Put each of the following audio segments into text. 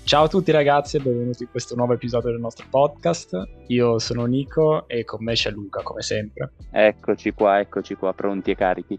Ciao a tutti ragazzi e benvenuti in questo nuovo episodio del nostro podcast. Io sono Nico e con me c'è Luca, come sempre. Eccoci qua, pronti e carichi.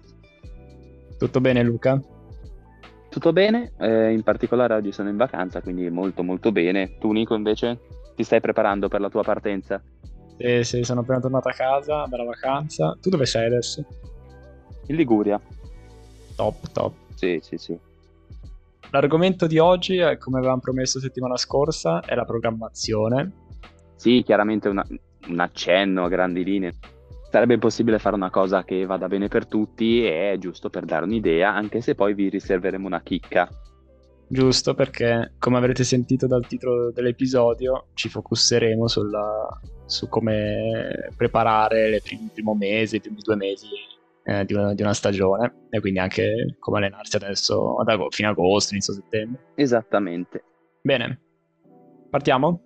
Tutto bene Luca? Tutto bene, in particolare oggi sono in vacanza, quindi molto molto bene. Tu Nico invece ti stai preparando per la tua partenza? Sì, sono appena tornato a casa dalla vacanza. Tu dove sei adesso? In Liguria? Top. Sì. L'argomento di oggi, come avevamo promesso settimana scorsa, è la programmazione. Sì, chiaramente un accenno a grandi linee. Sarebbe possibile fare una cosa che vada bene per tutti e è giusto per dare un'idea, anche se poi vi riserveremo una chicca. Giusto perché, come avrete sentito dal titolo dell'episodio, ci focusseremo su come preparare il primo mese, i primi 2 mesi di una stagione e quindi anche come allenarsi adesso fino agosto, inizio settembre. Esattamente. Bene, partiamo?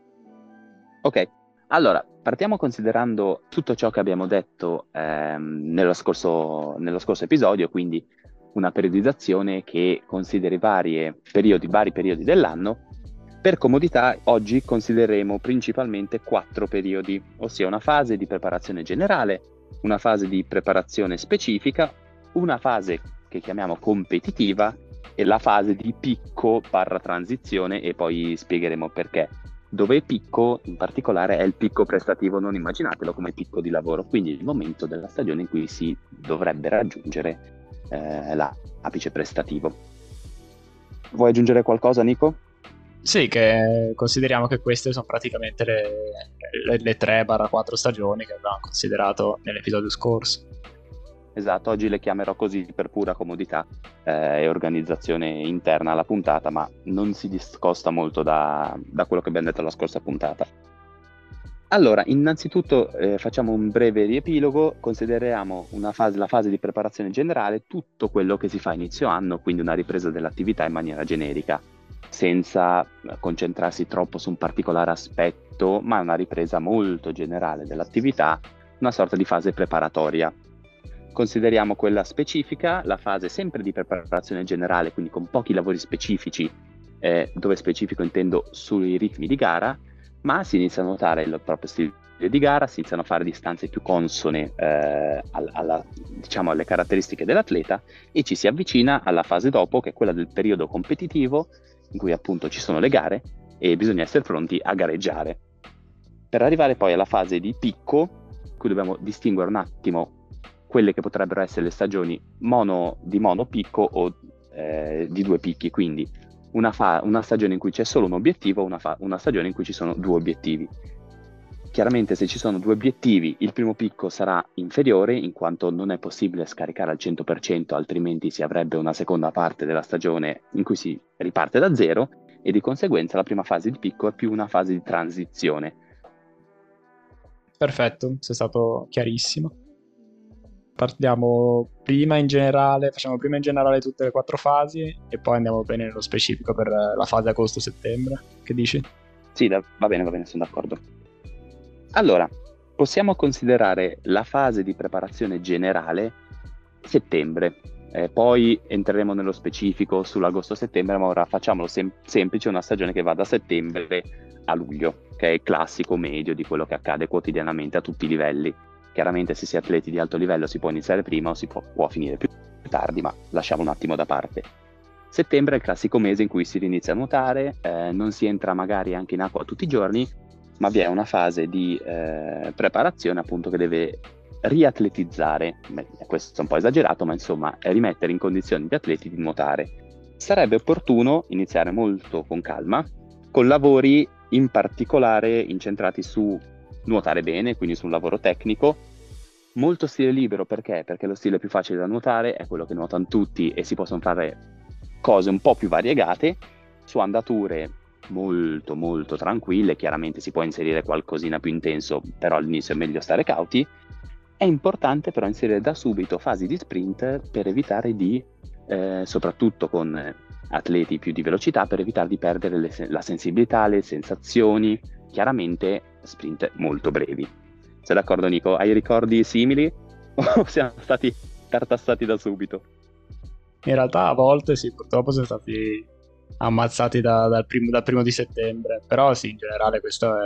Ok, allora partiamo considerando tutto ciò che abbiamo detto nello scorso episodio, quindi una periodizzazione che consideri vari periodi dell'anno. Per comodità oggi considereremo principalmente 4 periodi, ossia una fase di preparazione generale, una fase di preparazione specifica, una fase che chiamiamo competitiva e la fase di picco / transizione, e poi spiegheremo perché. Dove picco in particolare è il picco prestativo, non immaginatelo come picco di lavoro, quindi il momento della stagione in cui si dovrebbe raggiungere l'apice prestativo. Vuoi aggiungere qualcosa, Nico? Sì, che consideriamo che queste sono praticamente le 3/4 stagioni che avevamo considerato nell'episodio scorso. Esatto, oggi le chiamerò così per pura comodità e organizzazione interna alla puntata, ma non si discosta molto da quello che abbiamo detto la scorsa puntata. Allora, innanzitutto facciamo un breve riepilogo, consideriamo la fase di preparazione generale, tutto quello che si fa a inizio anno, quindi una ripresa dell'attività in maniera generica, senza concentrarsi troppo su un particolare aspetto, ma una ripresa molto generale dell'attività, una sorta di fase preparatoria. Consideriamo quella specifica, la fase sempre di preparazione generale, quindi con pochi lavori specifici, dove specifico intendo sui ritmi di gara, ma si inizia a notare il proprio stile di gara, si iniziano a fare distanze più consone alle caratteristiche dell'atleta e ci si avvicina alla fase dopo, che è quella del periodo competitivo, in cui appunto ci sono le gare e bisogna essere pronti a gareggiare. Per arrivare poi alla fase di picco, in cui dobbiamo distinguere un attimo quelle che potrebbero essere le stagioni di mono picco o di due picchi, quindi una stagione in cui c'è solo un obiettivo, una stagione in cui ci sono 2 obiettivi. Chiaramente se ci sono 2 obiettivi il primo picco sarà inferiore, in quanto non è possibile scaricare al 100%, altrimenti si avrebbe una seconda parte della stagione in cui si riparte da zero, e di conseguenza la prima fase di picco è più una fase di transizione. Perfetto, sei stato chiarissimo. Facciamo prima in generale tutte le 4 fasi e poi andiamo bene nello specifico per la fase agosto-settembre. Che dici? Sì, va bene, sono d'accordo. Allora, possiamo considerare la fase di preparazione generale settembre, poi entreremo nello specifico sull'agosto-settembre, ma ora facciamolo semplice, una stagione che va da settembre a luglio, che è il classico medio di quello che accade quotidianamente a tutti i livelli. Chiaramente se si è atleti di alto livello si può iniziare prima o si può finire più tardi, ma lasciamo un attimo da parte. Settembre è il classico mese in cui si inizia a nuotare, non si entra magari anche in acqua tutti i giorni, ma vi è una fase di preparazione appunto che deve riatletizzare, questo è un po' esagerato, ma insomma rimettere in condizioni gli atleti di nuotare. Sarebbe opportuno iniziare molto con calma, con lavori in particolare incentrati su nuotare bene, quindi sul lavoro tecnico, molto stile libero. Perché lo stile più facile da nuotare è quello che nuotano tutti e si possono fare cose un po' più variegate su andature molto molto tranquille. Chiaramente si può inserire qualcosina più intenso, però all'inizio è meglio stare cauti. È importante però inserire da subito fasi di sprint per evitare soprattutto con atleti più di velocità, per evitare di perdere la sensibilità, le sensazioni. Chiaramente sprint molto brevi. Sei d'accordo Nico? Hai ricordi simili o siamo stati tartassati da subito? In realtà a volte sì, purtroppo sono stati ammazzati dal primo di settembre. Però sì, in generale questo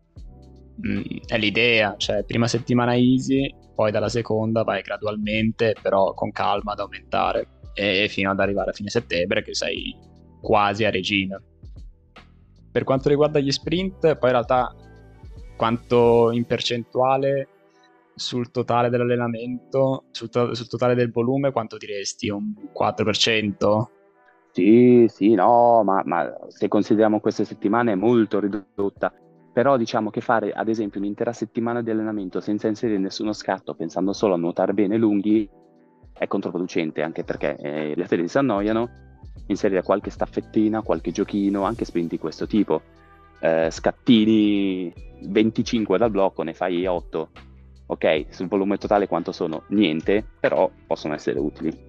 è l'idea, cioè prima settimana easy, poi dalla seconda vai gradualmente, però con calma ad aumentare, e fino ad arrivare a fine settembre che sei quasi a regina. Per quanto riguarda gli sprint, poi in realtà quanto in percentuale sul totale dell'allenamento, sul totale del volume, quanto diresti? Un 4%? Sì, sì, no, ma se consideriamo queste settimane è molto ridotta. Però diciamo che fare ad esempio un'intera settimana di allenamento senza inserire nessuno scatto, pensando solo a nuotare bene lunghi, è controproducente, anche perché gli atleti si annoiano. Inserire qualche staffettina, qualche giochino, anche sprint di questo tipo. Scattini 25 dal blocco, ne fai 8. Ok, sul volume totale quanto sono? Niente, però possono essere utili.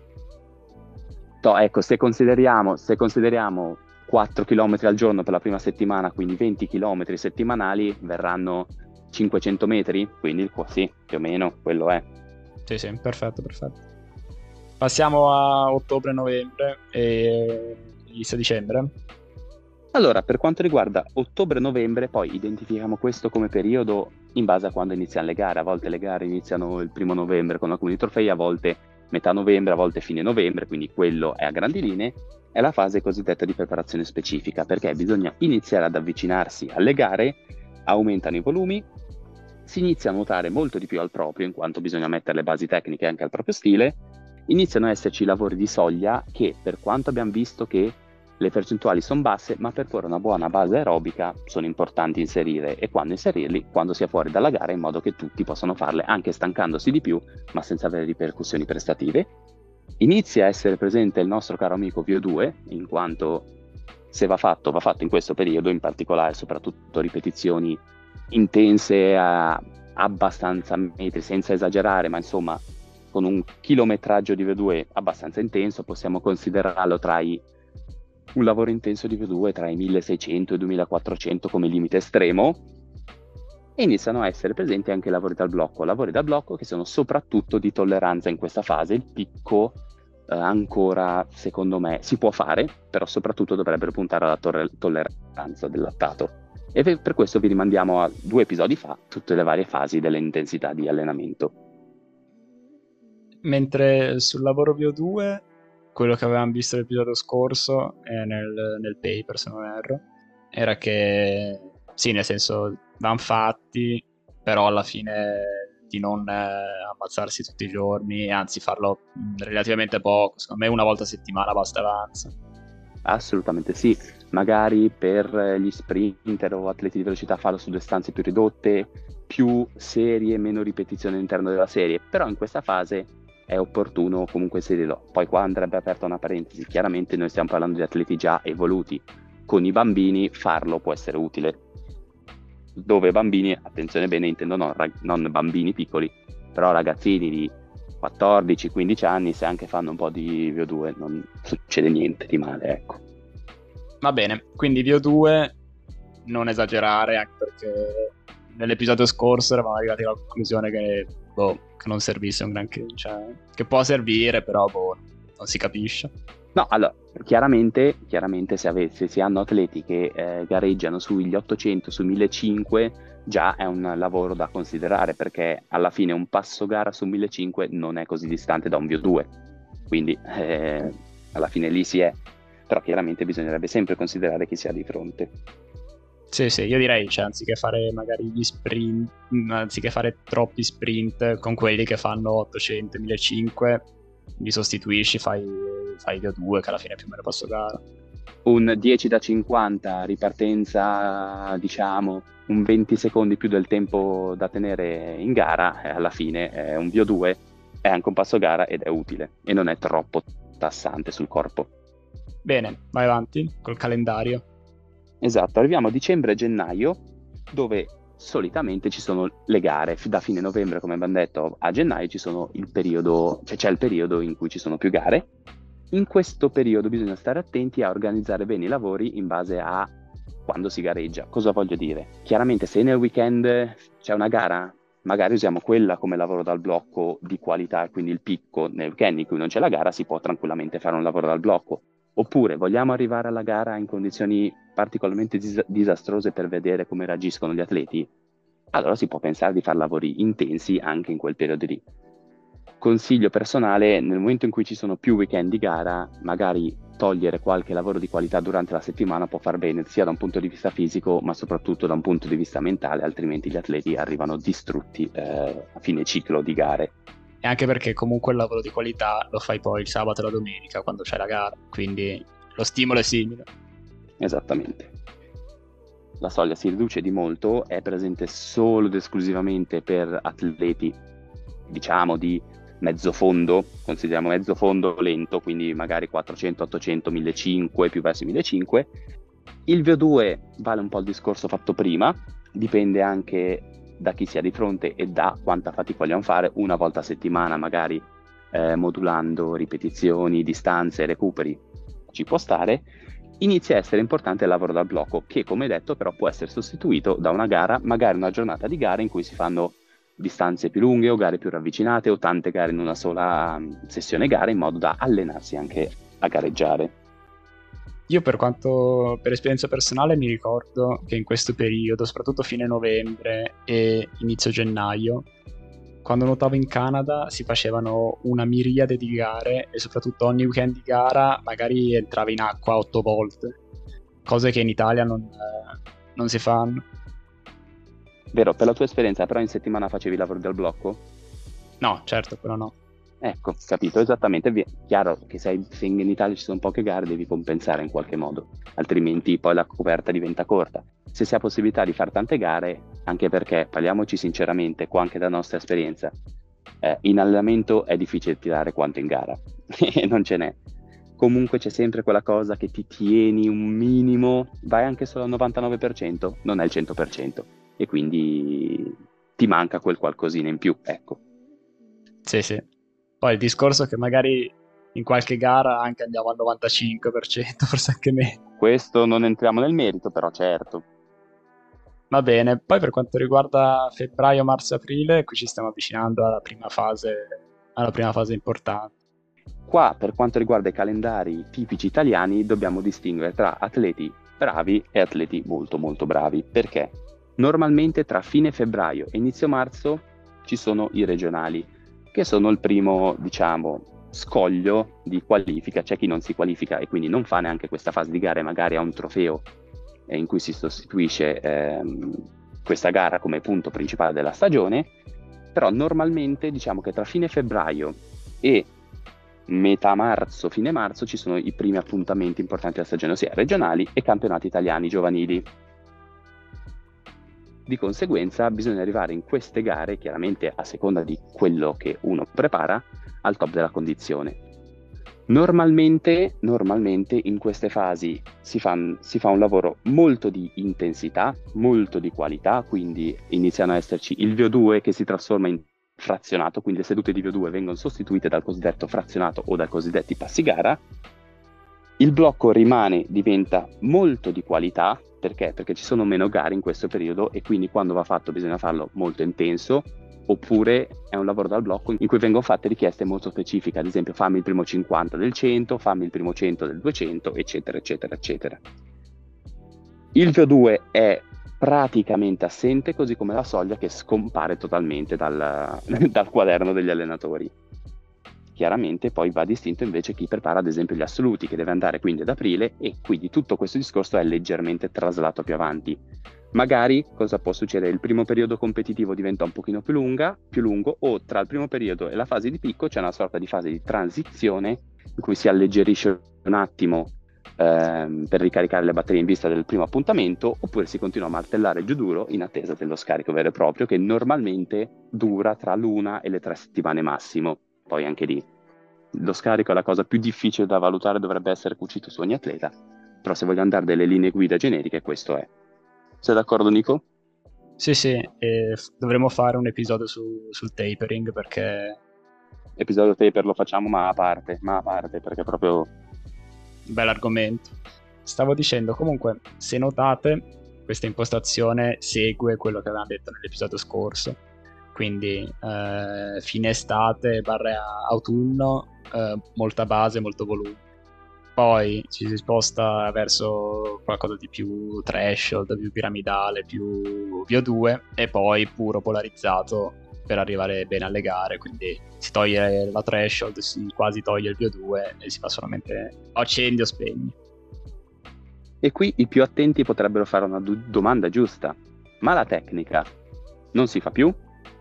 Ecco, se consideriamo 4 km al giorno per la prima settimana, quindi 20 km settimanali, verranno 500 metri, quindi sì, più o meno quello è. Sì, sì, perfetto, perfetto. Passiamo a ottobre-novembre e inizio dicembre. Allora, per quanto riguarda ottobre-novembre, poi identifichiamo questo come periodo in base a quando iniziano le gare. A volte le gare iniziano il 1° novembre con alcuni trofei, a volte metà novembre, a volte fine novembre, quindi quello è a grandi linee. È la fase cosiddetta di preparazione specifica, perché bisogna iniziare ad avvicinarsi alle gare, aumentano i volumi, si inizia a nuotare molto di più al proprio, in quanto bisogna mettere le basi tecniche anche al proprio stile, iniziano ad esserci lavori di soglia che, per quanto abbiamo visto che le percentuali sono basse, ma per porre una buona base aerobica sono importanti inserire, e quando inserirli? Quando si è fuori dalla gara, in modo che tutti possano farle anche stancandosi di più, ma senza avere ripercussioni prestative. Inizia a essere presente il nostro caro amico VO2, in quanto se va fatto in questo periodo, in particolare soprattutto ripetizioni intense a abbastanza metri, senza esagerare, ma insomma con un chilometraggio di V2 abbastanza intenso, possiamo considerarlo un lavoro intenso di V2 tra i 1600 e i 2400 come limite estremo. E iniziano a essere presenti anche lavori dal blocco che sono soprattutto di tolleranza in questa fase. Il picco ancora, secondo me, si può fare, però soprattutto dovrebbero puntare alla tolleranza del lattato. E per questo vi rimandiamo a 2 episodi fa tutte le varie fasi dell'intensità di allenamento. Mentre sul lavoro VO2, quello che avevamo visto l'episodio scorso, nel paper se non erro, era che sì, nel senso van fatti, però alla fine di non ammazzarsi tutti i giorni, anzi farlo relativamente poco, secondo me una volta a settimana basta e avanza. Assolutamente sì, magari per gli sprinter o atleti di velocità farlo su distanze più ridotte, più serie, meno ripetizioni all'interno della serie, però in questa fase è opportuno comunque inserirlo. Poi qua andrebbe aperta una parentesi, chiaramente noi stiamo parlando di atleti già evoluti, con i bambini farlo può essere utile. Dove bambini, attenzione bene, intendo non bambini piccoli, però ragazzini di 14-15 anni, se anche fanno un po' di VO2 non succede niente di male, ecco. Va bene, quindi VO2 non esagerare, anche perché nell'episodio scorso eravamo arrivati alla conclusione che non servisse un granché, cioè che può servire, però non si capisce. No, allora, chiaramente se si hanno atleti che gareggiano sugli 800, sui 1500, già è un lavoro da considerare, perché alla fine un passo gara su 1500 non è così distante da un VO2, quindi alla fine lì si è, però chiaramente bisognerebbe sempre considerare chi si ha di fronte. Sì, sì, io direi, cioè, anziché fare magari gli sprint, anziché fare troppi sprint con quelli che fanno 800, 1500, li sostituisci, fai VO2 che alla fine è più o meno passo gara. Un 10 da 50 ripartenza, diciamo, un 20 secondi più del tempo da tenere in gara, alla fine è un VO2, è anche un passo gara ed è utile e non è troppo tassante sul corpo. Bene, vai avanti col calendario. Esatto, arriviamo a dicembre e gennaio, dove solitamente ci sono le gare. Da fine novembre, come abbiamo detto, a gennaio c'è il periodo in cui ci sono più gare. In questo periodo bisogna stare attenti a organizzare bene i lavori in base a quando si gareggia. Cosa voglio dire? Chiaramente se nel weekend c'è una gara, magari usiamo quella come lavoro dal blocco di qualità, quindi il picco nel weekend in cui non c'è la gara si può tranquillamente fare un lavoro dal blocco. Oppure vogliamo arrivare alla gara in condizioni particolarmente disastrose per vedere come reagiscono gli atleti? Allora si può pensare di fare lavori intensi anche in quel periodo lì. Consiglio personale, nel momento in cui ci sono più weekend di gara, magari togliere qualche lavoro di qualità durante la settimana può far bene sia da un punto di vista fisico, ma soprattutto da un punto di vista mentale, altrimenti gli atleti arrivano distrutti a fine ciclo di gare. E anche perché comunque il lavoro di qualità lo fai poi il sabato e la domenica quando c'è la gara, quindi lo stimolo è simile. Esattamente. La soglia si riduce di molto, è presente solo ed esclusivamente per atleti, diciamo, di mezzo fondo, consideriamo mezzo fondo lento, quindi magari 400, 800, 1500, più verso i 1500. Il VO2 vale un po' il discorso fatto prima, dipende anche da chi sia di fronte e da quanta fatica vogliamo fare, una volta a settimana magari modulando ripetizioni, distanze, recuperi, ci può stare. Inizia a essere importante il lavoro dal blocco, che come detto però può essere sostituito da una gara, magari una giornata di gara in cui si fanno distanze più lunghe o gare più ravvicinate o tante gare in una sola sessione gara, in modo da allenarsi anche a gareggiare. Io per esperienza personale mi ricordo che in questo periodo, soprattutto fine novembre e inizio gennaio, quando nuotavo in Canada si facevano una miriade di gare e soprattutto ogni weekend di gara magari entravi in acqua 8 volte, cose che in Italia non si fanno. Vero, per la tua esperienza però in settimana facevi lavoro dal blocco? No, certo, però no. Ecco, capito, esattamente. Chiaro che se in Italia ci sono poche gare devi compensare in qualche modo, altrimenti poi la coperta diventa corta. Se si ha possibilità di fare tante gare, anche perché, parliamoci sinceramente, qua anche da nostra esperienza, in allenamento è difficile tirare quanto in gara, e non ce n'è. Comunque c'è sempre quella cosa che ti tieni un minimo, vai anche solo al 99%, non è il 100%, e quindi ti manca quel qualcosina in più, ecco. Sì, sì. Poi il discorso è che magari in qualche gara anche andiamo al 95%, forse anche meno. Questo non entriamo nel merito, però certo. Va bene, poi per quanto riguarda febbraio, marzo, aprile, qui ci stiamo avvicinando alla prima fase importante. Qua, per quanto riguarda i calendari tipici italiani, dobbiamo distinguere tra atleti bravi e atleti molto molto bravi. Perché? Normalmente tra fine febbraio e inizio marzo ci sono i regionali, che sono il primo, diciamo, scoglio di qualifica. C'è chi non si qualifica e quindi non fa neanche questa fase di gare, magari ha un trofeo in cui si sostituisce questa gara come punto principale della stagione. Però normalmente diciamo che tra fine febbraio e metà marzo, fine marzo, ci sono i primi appuntamenti importanti della stagione, ossia regionali e campionati italiani giovanili. Di conseguenza bisogna arrivare in queste gare, chiaramente a seconda di quello che uno prepara, al top della condizione. Normalmente in queste fasi si fa un lavoro molto di intensità, molto di qualità, quindi iniziano ad esserci il VO2 che si trasforma in frazionato, quindi le sedute di VO2 vengono sostituite dal cosiddetto frazionato o dai cosiddetti passi gara. Il blocco diventa molto di qualità, perché? Perché ci sono meno gare in questo periodo e quindi quando va fatto bisogna farlo molto intenso, oppure è un lavoro dal blocco in cui vengono fatte richieste molto specifiche, ad esempio fammi il primo 50 del 100, fammi il primo 100 del 200, eccetera, eccetera, eccetera. Il VO2 è praticamente assente, così come la soglia che scompare totalmente dal quaderno degli allenatori. Chiaramente poi va distinto invece chi prepara ad esempio gli assoluti, che deve andare quindi ad aprile, e quindi tutto questo discorso è leggermente traslato più avanti. Magari cosa può succedere? Il primo periodo competitivo diventa un pochino più lungo, o tra il primo periodo e la fase di picco c'è una sorta di fase di transizione in cui si alleggerisce un attimo per ricaricare le batterie in vista del primo appuntamento, oppure si continua a martellare giù duro in attesa dello scarico vero e proprio, che normalmente dura tra l'1 e le 3 settimane massimo. Poi anche lì lo scarico è la cosa più difficile da valutare, dovrebbe essere cucito su ogni atleta, però se vogliamo dare delle linee guida generiche questo è. Sei d'accordo, Nico? Sì, sì, e dovremmo fare un episodio sul tapering perché Episodio taper lo facciamo ma a parte, perché proprio un bel argomento. Stavo dicendo, comunque, se notate, questa impostazione segue quello che avevamo detto nell'episodio scorso, quindi fine estate barra autunno, molta base, molto volume. poi ci si sposta verso qualcosa di più threshold, più piramidale, più VO2 e poi puro polarizzato per arrivare bene alle gare, quindi si toglie la threshold, si quasi toglie il VO2 e si fa solamente o accendi o spegni. E qui i più attenti potrebbero fare una domanda giusta: ma la tecnica non si fa più?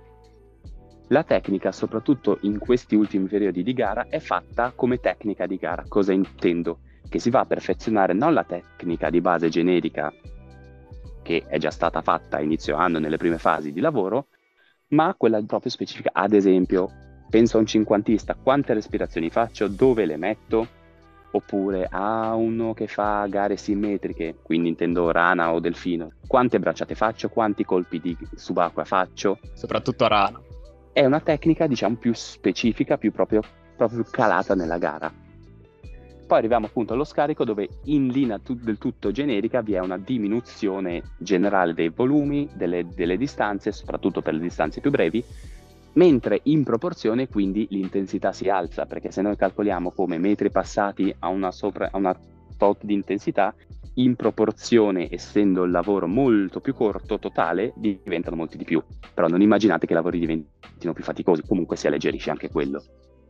La tecnica, soprattutto in questi ultimi periodi di gara, è fatta come tecnica di gara. Cosa intendo? Che si va a perfezionare non la tecnica di base generica, che è già stata fatta a inizio anno nelle prime fasi di lavoro, ma quella proprio specifica. Ad esempio, penso a un cinquantista: quante respirazioni faccio, dove le metto? Oppure a uno che fa gare simmetriche, quindi intendo rana o delfino: quante bracciate faccio, quanti colpi di subacquea faccio? Soprattutto a rana. È una tecnica, diciamo, più specifica, più proprio calata nella gara. Poi arriviamo appunto allo scarico, dove in linea del tutto generica vi è una diminuzione generale dei volumi, delle distanze, soprattutto per le distanze più brevi, mentre in proporzione quindi l'intensità si alza, perché se noi calcoliamo come metri passati a una tot di intensità, in proporzione, essendo il lavoro molto più corto totale, diventano molti di più. Però non immaginate che i lavori diventino più faticosi, comunque si alleggerisce anche quello.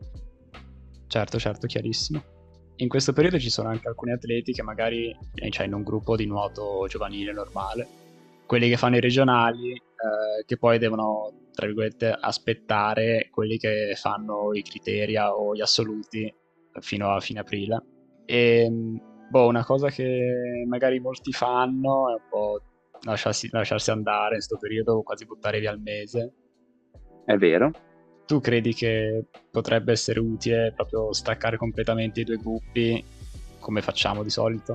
Certo, chiarissimo. In questo periodo ci sono anche alcuni atleti che magari, cioè in un gruppo di nuoto giovanile normale, quelli che fanno i regionali, che poi devono, tra virgolette, aspettare quelli che fanno i criteria o gli assoluti fino a fine aprile. E una cosa che magari molti fanno è un po' lasciarsi andare in questo periodo, quasi buttare via il mese. È vero? Tu credi che potrebbe essere utile proprio staccare completamente i due gruppi, come facciamo di solito?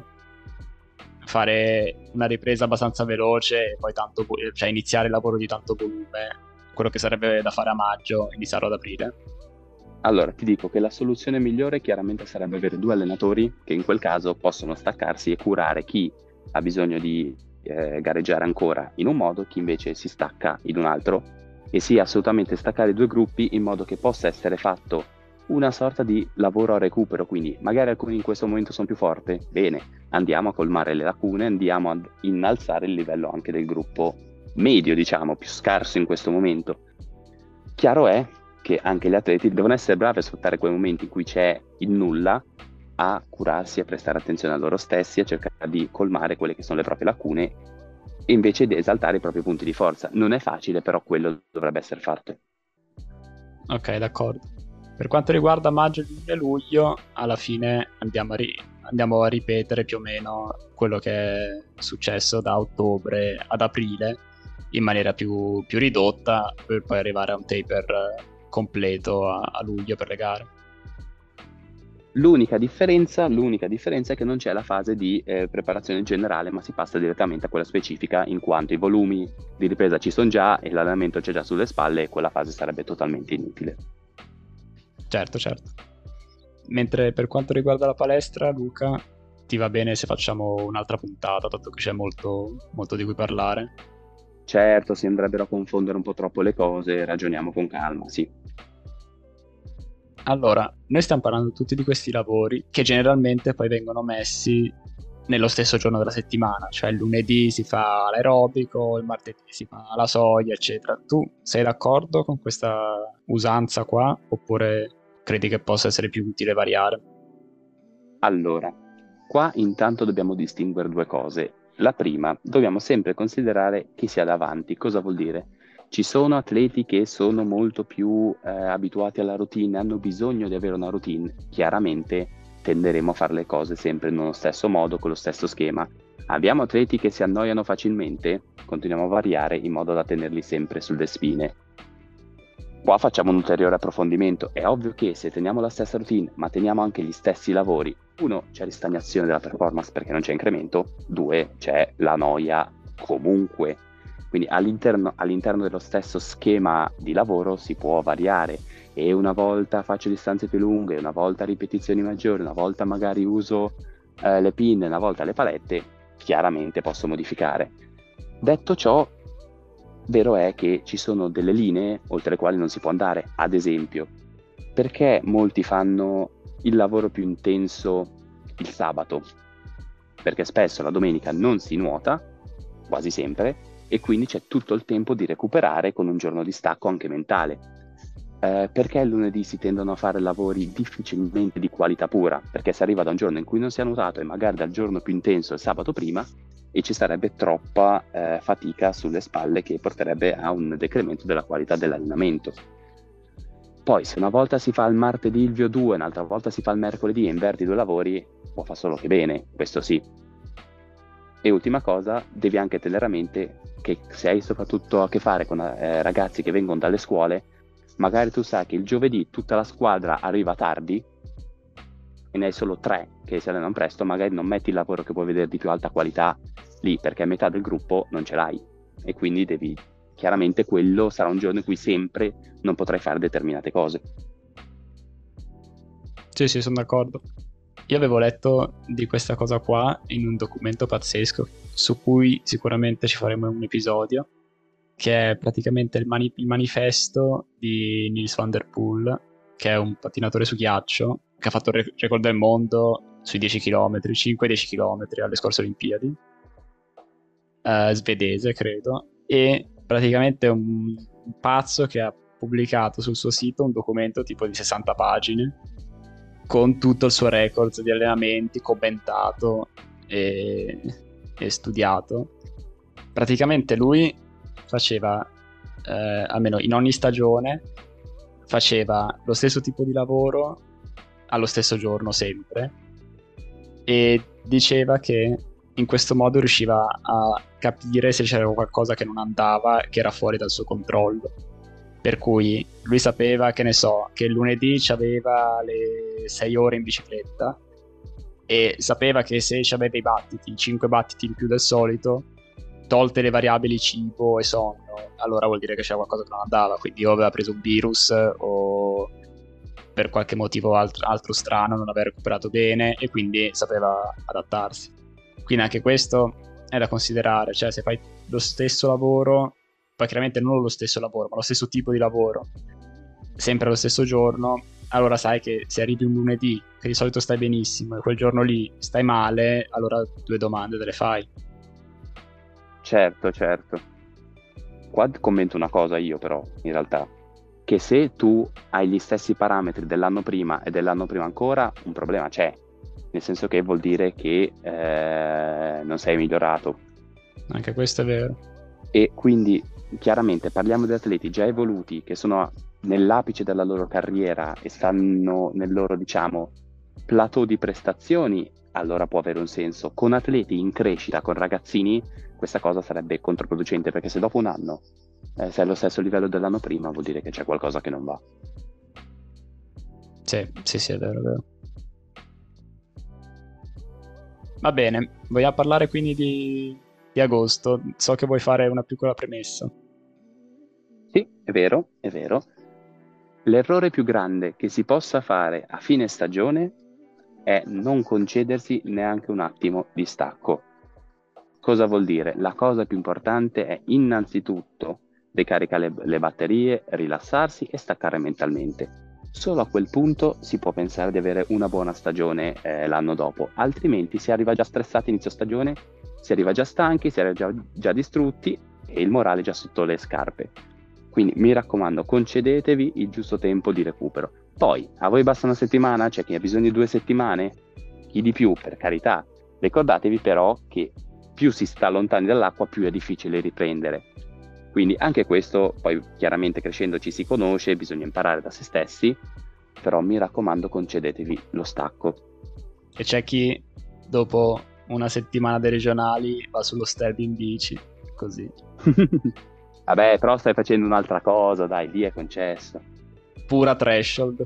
Fare una ripresa abbastanza veloce e poi cioè iniziare il lavoro di tanto volume, quello che sarebbe da fare a maggio, iniziarlo ad aprile? Allora, ti dico che la soluzione migliore chiaramente sarebbe avere due allenatori che in quel caso possono staccarsi e curare chi ha bisogno di gareggiare ancora in un modo, chi invece si stacca in un altro, e sì, assolutamente staccare i due gruppi in modo che possa essere fatto una sorta di lavoro a recupero. Quindi magari alcuni in questo momento sono più forti, bene, andiamo a colmare le lacune, andiamo ad innalzare il livello anche del gruppo medio, diciamo, più scarso in questo momento. Chiaro è che anche gli atleti devono essere bravi a sfruttare quei momenti in cui c'è il nulla, a curarsi, a prestare attenzione a loro stessi, a cercare di colmare quelle che sono le proprie lacune e invece di esaltare i propri punti di forza. Non è facile, però quello dovrebbe essere fatto. Ok, d'accordo. Per quanto riguarda maggio, giugno e luglio, alla fine andiamo a ripetere più o meno quello che è successo da ottobre ad aprile in maniera più ridotta, per poi arrivare a un taper completo a luglio per le gare. L'unica differenza è che non c'è la fase di preparazione generale, ma si passa direttamente a quella specifica, in quanto i volumi di ripresa ci sono già e l'allenamento c'è già sulle spalle, e quella fase sarebbe totalmente inutile. Certo. Mentre per quanto riguarda la palestra, Luca, ti va bene se facciamo un'altra puntata, dato che c'è molto di cui parlare? Certo, sembrerebbero confondere un po' troppo le cose, ragioniamo con calma, sì. Allora, noi stiamo parlando tutti di questi lavori che generalmente poi vengono messi nello stesso giorno della settimana, cioè il lunedì si fa l'aerobico, il martedì si fa la soglia, eccetera. Tu sei d'accordo con questa usanza qua, oppure credi che possa essere più utile variare? Allora, qua intanto dobbiamo distinguere due cose. La prima, dobbiamo sempre considerare chi sia davanti. Cosa vuol dire? Ci sono atleti che sono molto più abituati alla routine, hanno bisogno di avere una routine. Chiaramente tenderemo a fare le cose sempre nello stesso modo, con lo stesso schema. Abbiamo atleti che si annoiano facilmente, continuiamo a variare in modo da tenerli sempre sulle spine. Qua facciamo un ulteriore approfondimento. È ovvio che se teniamo la stessa routine, ma teniamo anche gli stessi lavori, uno, c'è ristagnazione della performance perché non c'è incremento, due, c'è la noia comunque. Quindi all'interno dello stesso schema di lavoro si può variare, e una volta faccio distanze più lunghe, una volta ripetizioni maggiori, una volta magari uso le pinne, una volta le palette, chiaramente posso modificare. Detto ciò, vero è che ci sono delle linee oltre le quali non si può andare. Ad esempio, perché molti fanno il lavoro più intenso il sabato, perché spesso la domenica non si nuota, quasi sempre, e quindi c'è tutto il tempo di recuperare con un giorno di stacco anche mentale. Perché il lunedì si tendono a fare lavori difficilmente di qualità pura? Perché si arriva da un giorno in cui non si è nuotato e magari dal giorno più intenso il sabato prima, e ci sarebbe troppa fatica sulle spalle che porterebbe a un decremento della qualità dell'allenamento. Poi se una volta si fa il martedì il VO2, un'altra volta si fa il mercoledì e inverti due lavori, può far solo che bene, questo sì. E ultima cosa, devi anche tenere a mente che se hai soprattutto a che fare con ragazzi che vengono dalle scuole, magari tu sai che il giovedì tutta la squadra arriva tardi e ne hai solo 3 che si allenano presto, magari non metti il lavoro che puoi vedere di più alta qualità lì, perché metà del gruppo non ce l'hai e quindi devi, chiaramente quello sarà un giorno in cui sempre non potrai fare determinate cose. Sì, sì, sono d'accordo. Io avevo letto di questa cosa qua in un documento pazzesco, su cui sicuramente ci faremo un episodio, che è praticamente il manifesto di Nils van der Poel, che è un pattinatore su ghiaccio, che ha fatto il record del mondo sui 10 km, 5-10 km alle scorse Olimpiadi, svedese credo, e praticamente un pazzo che ha pubblicato sul suo sito un documento tipo di 60 pagine con tutto il suo record di allenamenti commentato e studiato. Praticamente lui faceva, almeno in ogni stagione, faceva lo stesso tipo di lavoro allo stesso giorno sempre, e diceva che in questo modo riusciva a capire se c'era qualcosa che non andava, che era fuori dal suo controllo. Per cui lui sapeva, che ne so, che il lunedì c'aveva le 6 ore in bicicletta e sapeva che se c'aveva i battiti, 5 battiti in più del solito, tolte le variabili cibo e sonno, allora vuol dire che c'era qualcosa che non andava, quindi o aveva preso un virus o per qualche motivo altro strano non aveva recuperato bene e quindi sapeva adattarsi. Quindi anche questo è da considerare, cioè se fai lo stesso lavoro, poi chiaramente non lo stesso lavoro, ma lo stesso tipo di lavoro, sempre allo stesso giorno, allora sai che se arrivi un lunedì, che di solito stai benissimo, e quel giorno lì stai male, allora 2 domande te le fai. Certo, certo. Qua commento una cosa io però, in realtà, che se tu hai gli stessi parametri dell'anno prima e dell'anno prima ancora, un problema c'è, nel senso che vuol dire che non sei migliorato. Anche questo è vero. E quindi chiaramente parliamo di atleti già evoluti che sono nell'apice della loro carriera e stanno nel loro, diciamo, plateau di prestazioni, allora può avere un senso. Con atleti in crescita, con ragazzini, questa cosa sarebbe controproducente, perché se dopo un anno sei allo stesso livello dell'anno prima, vuol dire che c'è qualcosa che non va. Sì, sì, sì, è vero, è vero. Va bene, vogliamo parlare quindi di agosto. So che vuoi fare una piccola premessa. Sì, è vero, è vero. L'errore più grande che si possa fare a fine stagione è non concedersi neanche un attimo di stacco. Cosa vuol dire? La cosa più importante è innanzitutto ricaricare le batterie, rilassarsi e staccare mentalmente. Solo a quel punto si può pensare di avere una buona stagione l'anno dopo, altrimenti si arriva già stressati inizio stagione, si arriva già stanchi, si arriva già distrutti e il morale già sotto le scarpe. Quindi mi raccomando, concedetevi il giusto tempo di recupero. Poi, a voi basta una settimana? C'è chi ha bisogno di 2 settimane? Chi di più, per carità. Ricordatevi però che più si sta lontani dall'acqua, più è difficile riprendere. Quindi anche questo, poi chiaramente crescendo ci si conosce, bisogna imparare da se stessi, però mi raccomando, concedetevi lo stacco. E c'è chi dopo una settimana dei regionali va sullo step in bici, così. Vabbè, però stai facendo un'altra cosa, dai, lì è concesso. Pura threshold.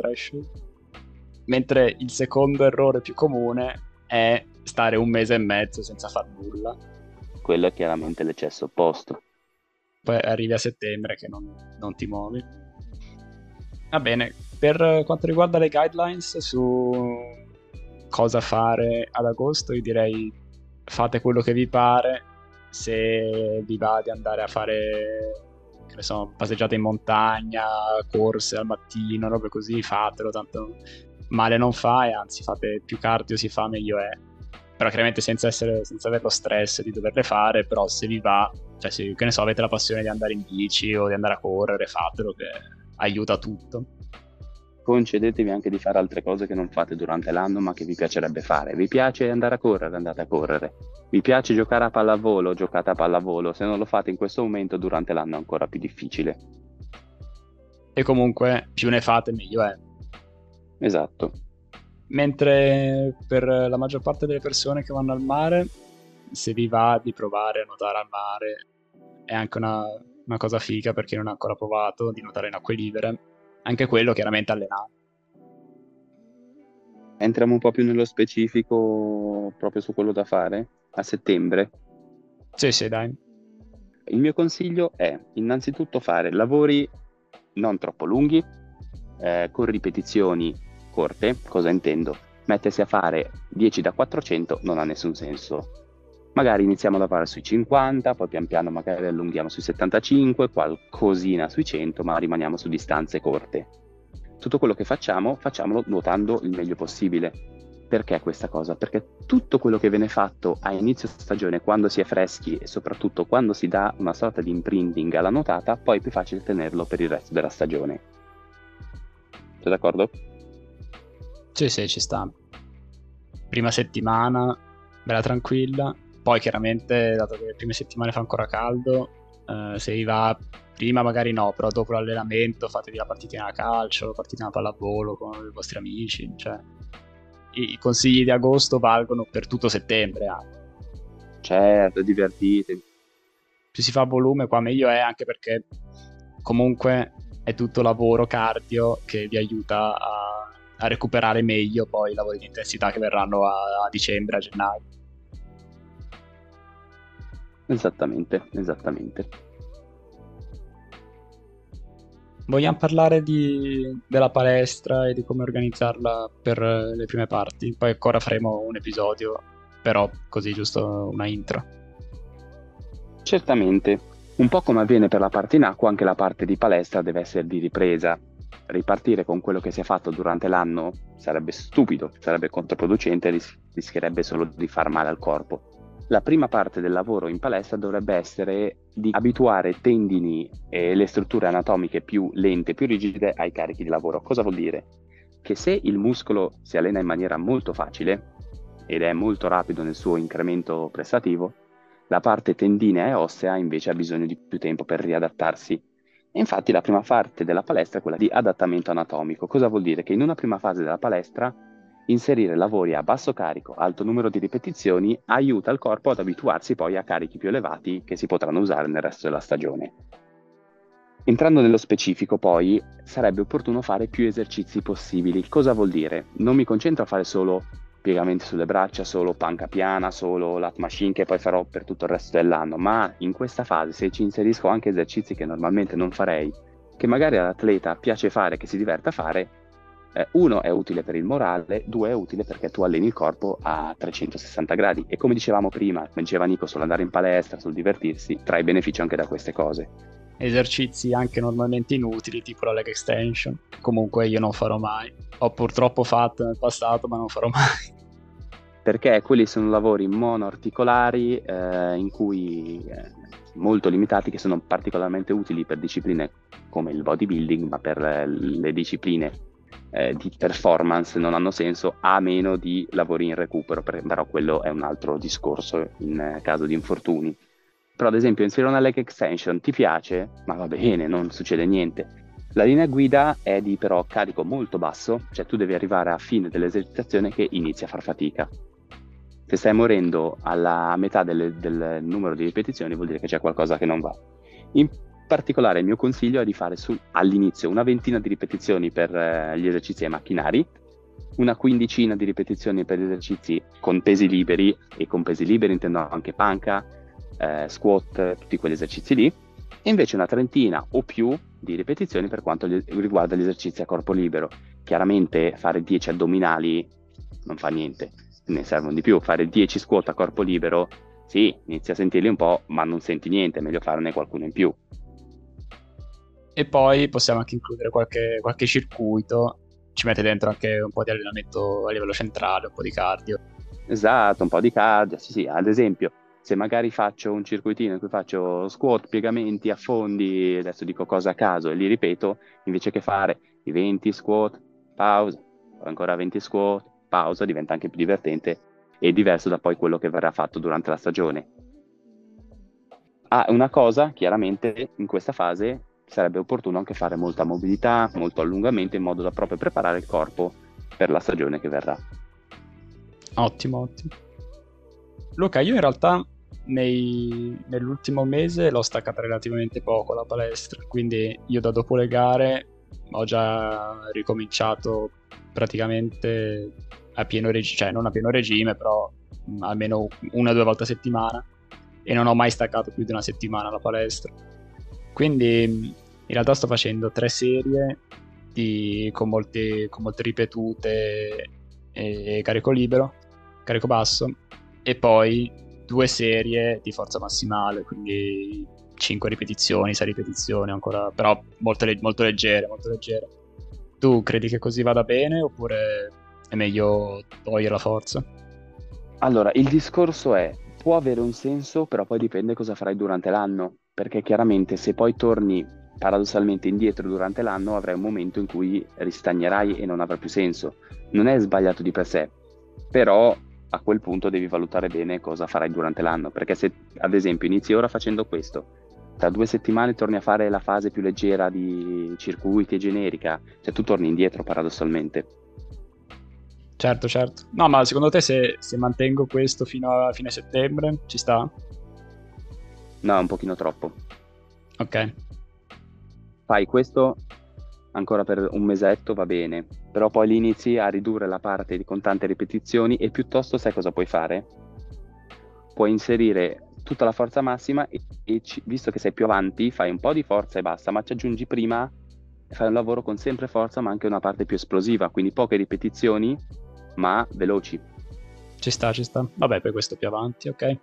Mentre il secondo errore più comune è stare 1 mese e mezzo senza far nulla. Quello è chiaramente l'eccesso opposto. Poi arrivi a settembre che non ti muovi. Va bene, per quanto riguarda le guidelines su cosa fare ad agosto, io direi fate quello che vi pare. Se vi va di andare a fare, che ne so, passeggiate in montagna, corse al mattino, robe così, fatelo, tanto male non fa, e anzi fate più cardio si fa meglio è. Però chiaramente senza avere lo stress di doverle fare, però se vi va, cioè se, che ne so, avete la passione di andare in bici o di andare a correre, fatelo, che aiuta tutto. Concedetevi anche di fare altre cose che non fate durante l'anno ma che vi piacerebbe fare. Vi piace andare a correre? Andate a correre. Vi piace giocare a pallavolo? Giocate a pallavolo. Se non lo fate in questo momento, durante l'anno è ancora più difficile. E comunque più ne fate meglio è. Esatto. Mentre per la maggior parte delle persone che vanno al mare, se vi va di provare a nuotare al mare, è anche una cosa figa per chi non ha ancora provato di nuotare in acque libere. Anche quello chiaramente allenato. Entriamo un po' più nello specifico proprio su quello da fare a settembre. Sì, sì, dai. Il mio consiglio è innanzitutto fare lavori non troppo lunghi, con ripetizioni corte. Cosa intendo? Mettersi a fare 10 da 400 non ha nessun senso. Magari iniziamo a lavorare sui 50, poi pian piano magari allunghiamo sui 75, qualcosina sui 100, ma rimaniamo su distanze corte. Tutto quello che facciamolo nuotando il meglio possibile. Perché questa cosa? Perché tutto quello che viene fatto a inizio stagione, quando si è freschi e soprattutto quando si dà una sorta di imprinting alla nuotata, poi è più facile tenerlo per il resto della stagione. Sei d'accordo? Sì, sì, ci sta. Prima settimana, bella tranquilla. Poi chiaramente, dato che le prime settimane fa ancora caldo, se vi va prima magari no, però dopo l'allenamento fatevi la partitina a calcio, la partitina a pallavolo con i vostri amici. Cioè, i consigli di agosto valgono per tutto settembre anche. Certo, divertitevi. Più si fa volume qua meglio è, anche perché comunque è tutto lavoro cardio che vi aiuta a recuperare meglio poi i lavori di intensità che verranno a dicembre, a gennaio. Esattamente, esattamente. Vogliamo parlare della palestra e di come organizzarla per le prime parti, poi ancora faremo un episodio, però così giusto una intro. Certamente. Un po' come avviene per la parte in acqua, anche la parte di palestra deve essere di ripresa. Ripartire con quello che si è fatto durante l'anno sarebbe stupido, sarebbe controproducente e rischierebbe solo di far male al corpo. La prima parte del lavoro in palestra dovrebbe essere di abituare tendini e le strutture anatomiche più lente, più rigide ai carichi di lavoro. Cosa vuol dire? Che se il muscolo si allena in maniera molto facile ed è molto rapido nel suo incremento prestativo, la parte tendinea e ossea invece ha bisogno di più tempo per riadattarsi. E infatti la prima parte della palestra è quella di adattamento anatomico. Cosa vuol dire? Che in una prima fase della palestra inserire lavori a basso carico, alto numero di ripetizioni, aiuta il corpo ad abituarsi poi a carichi più elevati che si potranno usare nel resto della stagione. Entrando nello specifico poi, sarebbe opportuno fare più esercizi possibili. Cosa vuol dire? Non mi concentro a fare solo piegamenti sulle braccia, solo panca piana, solo lat machine che poi farò per tutto il resto dell'anno, ma in questa fase se ci inserisco anche esercizi che normalmente non farei, che magari all'atleta piace fare, che si diverte a fare, uno è utile per il morale, due è utile perché tu alleni il corpo a 360 gradi e come dicevamo prima, come diceva Nico, sull'andare in palestra, sul divertirsi, trai beneficio anche da queste cose. Esercizi anche normalmente inutili, tipo la leg extension, comunque io non farò mai. Ho purtroppo fatto nel passato, ma non farò mai. Perché quelli sono lavori monoarticolari in cui molto limitati, che sono particolarmente utili per discipline come il bodybuilding, ma per le discipline di performance non hanno senso a meno di lavori in recupero, però quello è un altro discorso in caso di infortuni. Però ad esempio inserire una leg extension ti piace, ma va bene, non succede niente. La linea guida è di però carico molto basso, cioè tu devi arrivare a fine dell'esercitazione che inizi a far fatica. Se stai morendo alla metà del numero di ripetizioni vuol dire che c'è qualcosa che non va. In particolare il mio consiglio è di fare all'inizio una ventina di ripetizioni per gli esercizi ai macchinari, una quindicina di ripetizioni per gli esercizi con pesi liberi, e con pesi liberi intendo anche panca, squat, tutti quegli esercizi lì, e invece una trentina o più di ripetizioni per quanto riguarda gli esercizi a corpo libero. Chiaramente fare 10 addominali non fa niente, ne servono di più. Fare 10 squat a corpo libero, sì, inizi a sentirli un po', ma non senti niente, è meglio farne qualcuno in più. E poi possiamo anche includere qualche circuito, ci mette dentro anche un po' di allenamento a livello centrale, un po' di cardio. Esatto, un po' di cardio, sì, sì. Ad esempio, se magari faccio un circuitino in cui faccio squat, piegamenti, affondi, adesso dico cose a caso e li ripeto, invece che fare i 20 squat, pausa, poi ancora 20 squat, pausa, diventa anche più divertente e diverso da poi quello che verrà fatto durante la stagione. Ah, una cosa, chiaramente, in questa fase sarebbe opportuno anche fare molta mobilità, molto allungamento, in modo da proprio preparare il corpo per la stagione che verrà. Ottimo, ottimo. Luca, io in realtà nell'ultimo mese l'ho staccata relativamente poco la palestra, quindi io da dopo le gare ho già ricominciato praticamente a pieno regime, cioè non a pieno regime, però almeno una o due volte a settimana, e non ho mai staccato più di una settimana la palestra. Quindi in realtà sto facendo 3 serie con molte ripetute e carico libero, carico basso, e poi 2 serie di forza massimale, quindi 5 ripetizioni, 6 ripetizioni ancora, però molto leggere, molto leggere. Tu credi che così vada bene oppure è meglio togliere la forza? Allora, il discorso è, può avere un senso, però poi dipende cosa farai durante l'anno, perché chiaramente se poi torni paradossalmente indietro durante l'anno, avrai un momento in cui ristagnerai e non avrà più senso. Non è sbagliato di per sé, però a quel punto devi valutare bene cosa farai durante l'anno, perché se ad esempio inizi ora facendo questo, tra 2 settimane torni a fare la fase più leggera di circuiti e generica, cioè tu torni indietro paradossalmente. Certo, certo. No, ma secondo te se mantengo questo fino a fine settembre ci sta? No, è un pochino troppo. Ok. Fai questo ancora per un mesetto, va bene, però poi lì inizi a ridurre la parte con tante ripetizioni e piuttosto sai cosa puoi fare? Puoi inserire tutta la forza massima visto che sei più avanti, fai un po' di forza e basta, ma ci aggiungi prima e fai un lavoro con sempre forza, ma anche una parte più esplosiva, quindi poche ripetizioni, ma veloci. Ci sta, ci sta. Vabbè, poi questo più avanti, ok.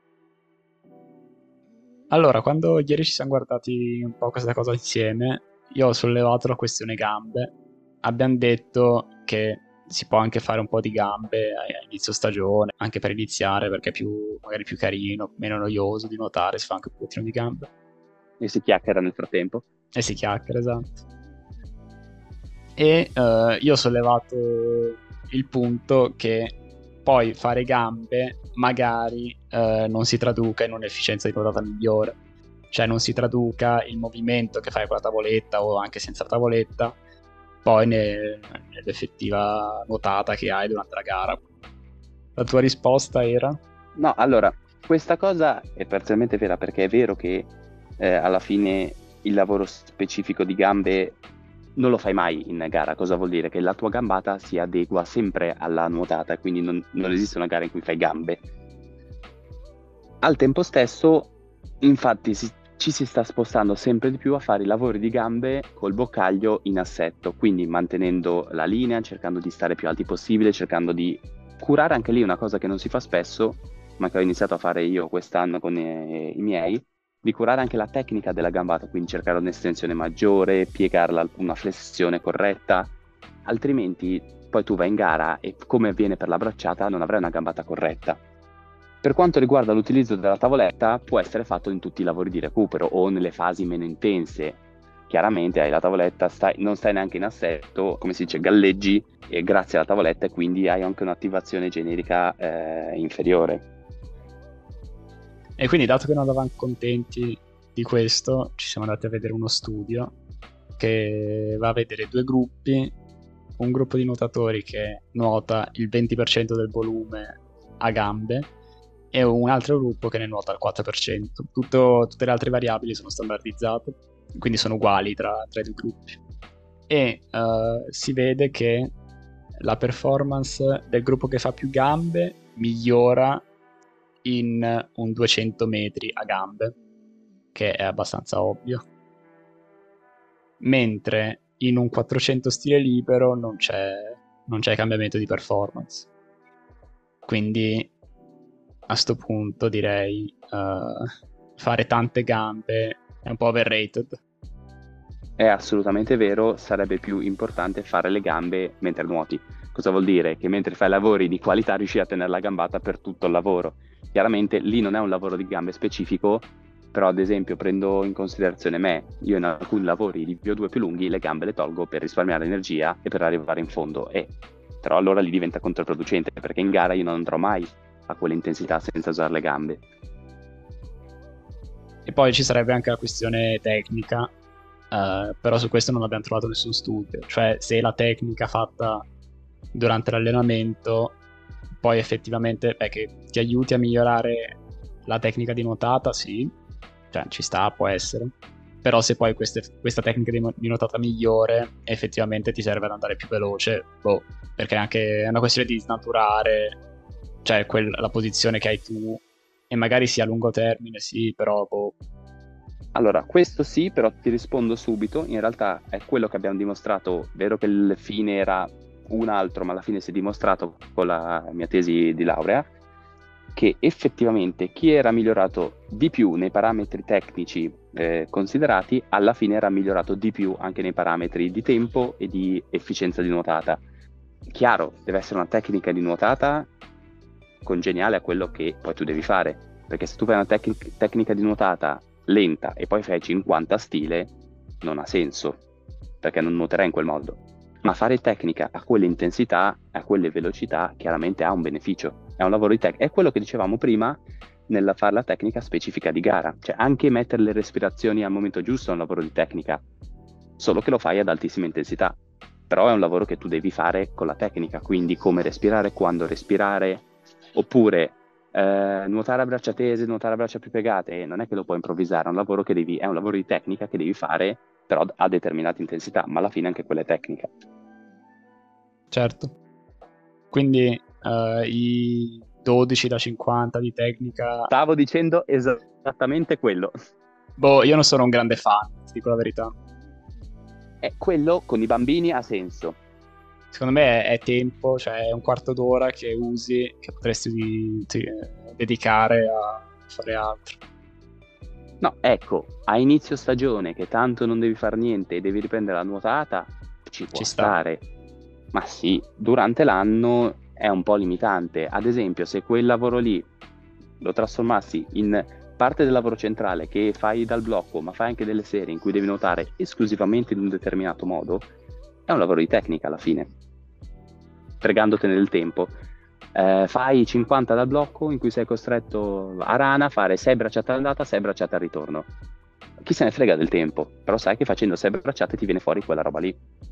Allora, quando ieri ci siamo guardati un po' questa cosa insieme, io ho sollevato la questione gambe. Abbiamo detto che si può anche fare un po' di gambe a inizio stagione, anche per iniziare, perché è magari più carino, meno noioso di nuotare, si fa anche un pochettino di gambe. E si chiacchiera nel frattempo. E si chiacchiera, esatto. E io ho sollevato il punto che poi fare gambe magari non si traduca in un'efficienza di nuotata migliore, cioè non si traduca il movimento che fai con la tavoletta o anche senza la tavoletta poi nell'effettiva nuotata che hai durante la gara. La tua risposta era? No, allora, questa cosa è parzialmente vera perché è vero che alla fine il lavoro specifico di gambe non lo fai mai in gara. Cosa vuol dire? Che la tua gambata si adegua sempre alla nuotata, quindi non esiste una gara in cui fai gambe. Al tempo stesso, infatti, ci si sta spostando sempre di più a fare i lavori di gambe col boccaglio in assetto, quindi mantenendo la linea, cercando di stare più alti possibile, cercando di curare anche lì una cosa che non si fa spesso, ma che ho iniziato a fare io quest'anno con i miei, di curare anche la tecnica della gambata, quindi cercare un'estensione maggiore, piegarla a una flessione corretta, altrimenti poi tu vai in gara e come avviene per la bracciata non avrai una gambata corretta. Per quanto riguarda l'utilizzo della tavoletta, può essere fatto in tutti i lavori di recupero o nelle fasi meno intense. Chiaramente hai la tavoletta, non stai neanche in assetto, come si dice, galleggi e grazie alla tavoletta e quindi hai anche un'attivazione generica inferiore. E quindi, dato che non eravamo contenti di questo, ci siamo andati a vedere uno studio che va a vedere 2 gruppi, un gruppo di nuotatori che nuota il 20% del volume a gambe e un altro gruppo che ne nuota il 4%. Tutte le altre variabili sono standardizzate, quindi sono uguali tra i 2 gruppi. E si vede che la performance del gruppo che fa più gambe migliora in un 200 metri a gambe, che è abbastanza ovvio, mentre in un 400 stile libero non c'è cambiamento di performance. Quindi a sto punto direi fare tante gambe è un po' overrated. È assolutamente vero, sarebbe più importante fare le gambe mentre nuoti. Cosa vuol dire? Che mentre fai lavori di qualità riesci a tenere la gambata per tutto il lavoro. Chiaramente lì non è un lavoro di gambe specifico, però ad esempio prendo in considerazione me, io in alcuni lavori di VO2 più lunghi le gambe le tolgo per risparmiare energia e per arrivare in fondo, però allora lì diventa controproducente, perché in gara io non andrò mai a quell'intensità senza usare le gambe. E poi ci sarebbe anche la questione tecnica, però su questo non abbiamo trovato nessun studio. Cioè, se la tecnica fatta durante l'allenamento poi effettivamente che ti aiuti a migliorare la tecnica di nuotata, sì, cioè ci sta, può essere. Però se poi questa tecnica di nuotata migliore effettivamente ti serve ad andare più veloce, perché anche è una questione di snaturare, cioè la posizione che hai tu, e magari sia a lungo termine, sì, però Allora, questo sì, però ti rispondo subito. In realtà è quello che abbiamo dimostrato. Vero che il fine era un altro, ma alla fine si è dimostrato con la mia tesi di laurea che effettivamente chi era migliorato di più nei parametri tecnici considerati, alla fine era migliorato di più anche nei parametri di tempo e di efficienza di nuotata. Chiaro, deve essere una tecnica di nuotata congeniale a quello che poi tu devi fare, perché se tu fai una tecnica di nuotata lenta e poi fai 50 stile, non ha senso, perché non nuoterai in quel modo. Ma fare tecnica a quelle intensità, a quelle velocità, chiaramente ha un beneficio. È un lavoro di tecnica. È quello che dicevamo prima nel fare la tecnica specifica di gara. Cioè anche mettere le respirazioni al momento giusto è un lavoro di tecnica, solo che lo fai ad altissima intensità. Però è un lavoro che tu devi fare con la tecnica, quindi come respirare, quando respirare, oppure nuotare a braccia tese, nuotare a braccia più piegate, non è che lo puoi improvvisare, è un lavoro è un lavoro di tecnica che devi fare, però a determinate intensità, ma alla fine anche quella è tecnica. certo. Quindi i 12 da 50 di tecnica, Stavo dicendo esattamente quello. io non sono un grande fan, ti dico la verità. E quello con i bambini ha senso. Secondo me è tempo, cioè è un quarto d'ora che usi, che potresti dedicare a fare altro. No, ecco, a inizio stagione che tanto non devi fare niente e devi riprendere la nuotata, ci può Ci sta. stare. Ma sì, durante l'anno è un po' limitante. Ad esempio, se quel lavoro lì lo trasformassi in parte del lavoro centrale che fai dal blocco, ma fai anche delle serie in cui devi nuotare esclusivamente in un determinato modo, è un lavoro di tecnica alla fine, fregandotene del tempo. Fai 50 dal blocco in cui sei costretto a rana a fare 6 bracciate all'andata, 6 bracciate al ritorno. Chi se ne frega del tempo, però sai che facendo 6 bracciate ti viene fuori quella roba lì.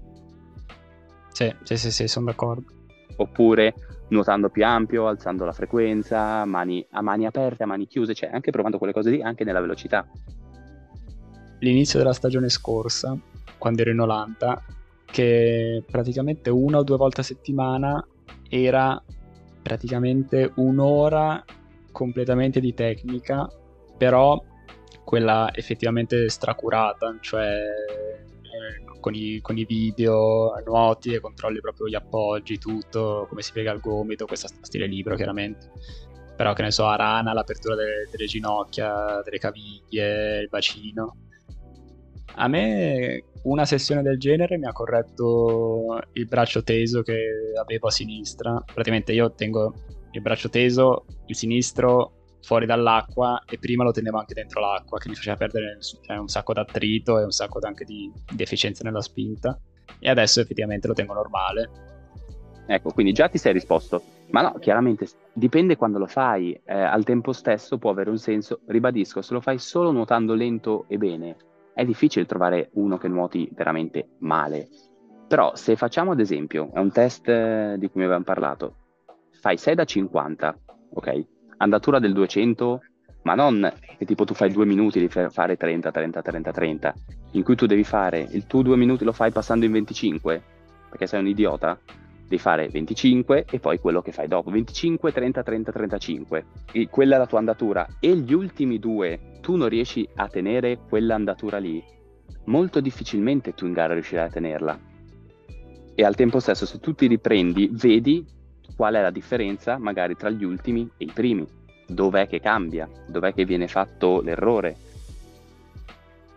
Sì, sono d'accordo. Oppure nuotando più ampio, alzando la frequenza, a mani aperte, a mani chiuse, cioè anche provando quelle cose lì anche nella velocità. L'inizio della stagione scorsa, quando ero in Olanda, che praticamente 1 o 2 volte a settimana era praticamente un'ora completamente di tecnica, però quella effettivamente stracurata, cioè con i video, nuoti e controlli proprio gli appoggi, tutto, come si piega il gomito, questo stile libero chiaramente. Però che ne so, a rana, l'apertura delle ginocchia, delle caviglie, il bacino. A me una sessione del genere mi ha corretto il braccio teso che avevo a sinistra. Praticamente io tengo il braccio teso, il sinistro fuori dall'acqua, e prima lo tenevo anche dentro l'acqua, che mi faceva perdere un sacco d'attrito e un sacco anche di efficienza nella spinta. E adesso effettivamente lo tengo normale. Ecco, quindi già ti sei risposto. Ma no, chiaramente dipende quando lo fai. Al tempo stesso può avere un senso. Ribadisco, se lo fai solo nuotando lento e bene, è difficile trovare uno che nuoti veramente male. Però se facciamo ad esempio, è un test di cui avevamo parlato, fai 6 da 50, ok? Andatura del 200, ma non che tipo tu fai 2 minuti di fare 30, 30, 30, 30, in cui tu devi fare il tuo 2 minuti lo fai passando in 25, perché sei un idiota, devi fare 25 e poi quello che fai dopo, 25, 30, 30, 35. E quella è la tua andatura. E gli ultimi due, tu non riesci a tenere quell'andatura lì, molto difficilmente tu in gara riuscirai a tenerla. E al tempo stesso, se tu ti riprendi, vedi qual è la differenza magari tra gli ultimi e i primi. Dov'è che cambia? Dov'è che viene fatto l'errore?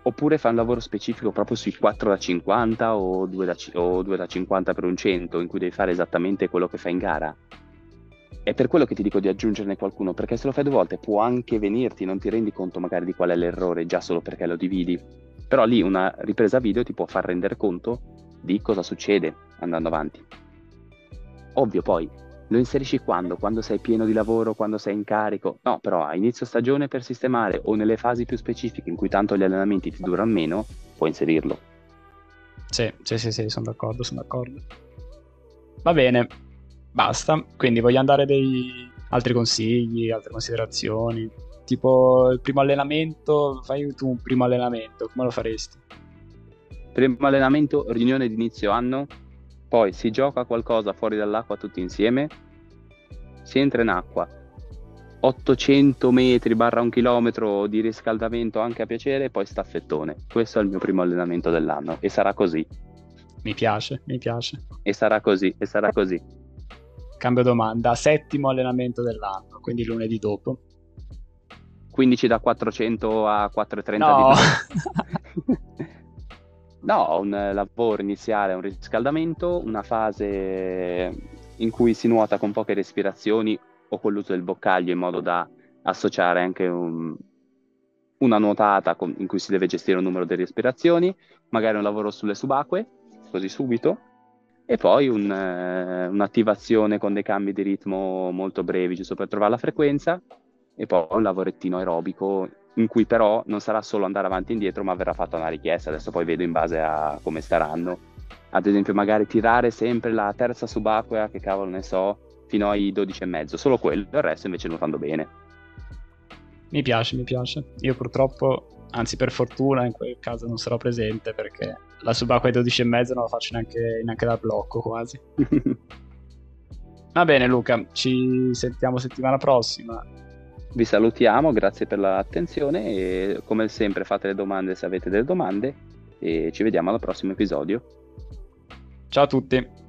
Oppure fai un lavoro specifico proprio sui 4 da 50 o 2 da 50 per un 100, in cui devi fare esattamente quello che fai in gara. È per quello che ti dico di aggiungerne qualcuno, perché se lo fai 2 volte può anche venirti, non ti rendi conto magari di qual è l'errore già solo perché lo dividi. Però lì una ripresa video ti può far rendere conto di cosa succede andando avanti. Ovvio poi, lo inserisci quando? Quando sei pieno di lavoro, quando sei in carico? No, però a inizio stagione per sistemare o nelle fasi più specifiche in cui tanto gli allenamenti ti durano meno, puoi inserirlo. Sì, sono d'accordo. Va bene, basta. Quindi voglio andare dei altri consigli, altre considerazioni. Tipo il primo allenamento, fai tu un primo allenamento, come lo faresti? Primo allenamento, riunione di inizio anno, poi si gioca qualcosa fuori dall'acqua tutti insieme, si entra in acqua, 800 metri barra un chilometro di riscaldamento anche a piacere e poi staffettone. Questo è il mio primo allenamento dell'anno e sarà così. Mi piace. E sarà così. Cambio domanda, settimo allenamento dell'anno, quindi lunedì dopo. 15 da 400 a 430 No! di No, un lavoro iniziale, un riscaldamento, una fase in cui si nuota con poche respirazioni o con l'uso del boccaglio in modo da associare anche una nuotata in cui si deve gestire un numero di respirazioni, magari un lavoro sulle subacquee, così subito, e poi un'attivazione con dei cambi di ritmo molto brevi, giusto per trovare la frequenza, e poi un lavorettino aerobico in cui però non sarà solo andare avanti e indietro, ma verrà fatta una richiesta. Adesso poi vedo in base a come staranno. Ad esempio magari tirare sempre la terza subacquea, che cavolo ne so, fino ai 12,5, solo quello, il resto invece nuotando bene. Mi piace. Io purtroppo, anzi per fortuna, in quel caso non sarò presente perché la subacquea ai 12,5 non la faccio neanche dal blocco quasi. Va bene Luca, ci sentiamo settimana prossima. Vi salutiamo, grazie per l'attenzione e come sempre fate le domande se avete delle domande e ci vediamo al prossimo episodio. Ciao a tutti.